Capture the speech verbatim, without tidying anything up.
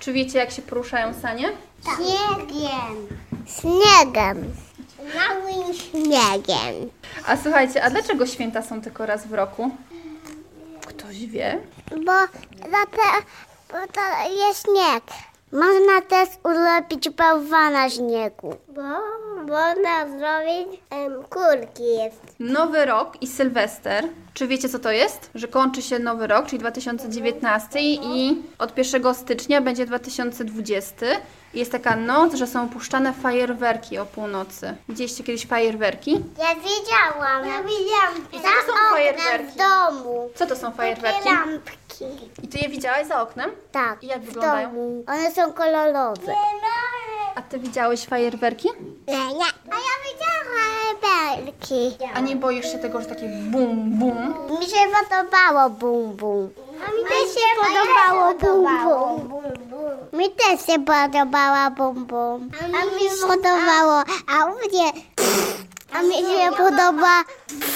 Czy wiecie, jak się poruszają sanie? Tak. Śniegiem. Śniegiem. Małym śniegiem. A słuchajcie, a dlaczego święta są tylko raz w roku? Ktoś wie? Bo, dlatego, bo to jest śnieg. Można też ulepić bałwana na śniegu. Bo można zrobić um, kurki jest. Nowy rok i Sylwester. Czy wiecie, co to jest? Że kończy się nowy rok, czyli dwa tysiące dziewiętnasty i od pierwszego stycznia będzie dwa tysiące dwudziesty. Jest taka noc, że są puszczane fajerwerki o północy. Widzieliście kiedyś fajerwerki? Ja widziałam. Ja widziałam. I co to są fajerwerki? W domu. Co to są fajerwerki? Takie lampki. I ty je widziałaś za oknem? Tak. I jak w wyglądają? domu. One są kolorowe. A ty widziałeś fajerwerki? Nie, nie. A ja widziałam fajerwerki. A nie boisz się tego, że takie bum, bum? Mi się podobało bum bum. A mi też się podobało bum bum. Mi też się podobało bum bum. A mi się podobało, a u mnie, a mi się podoba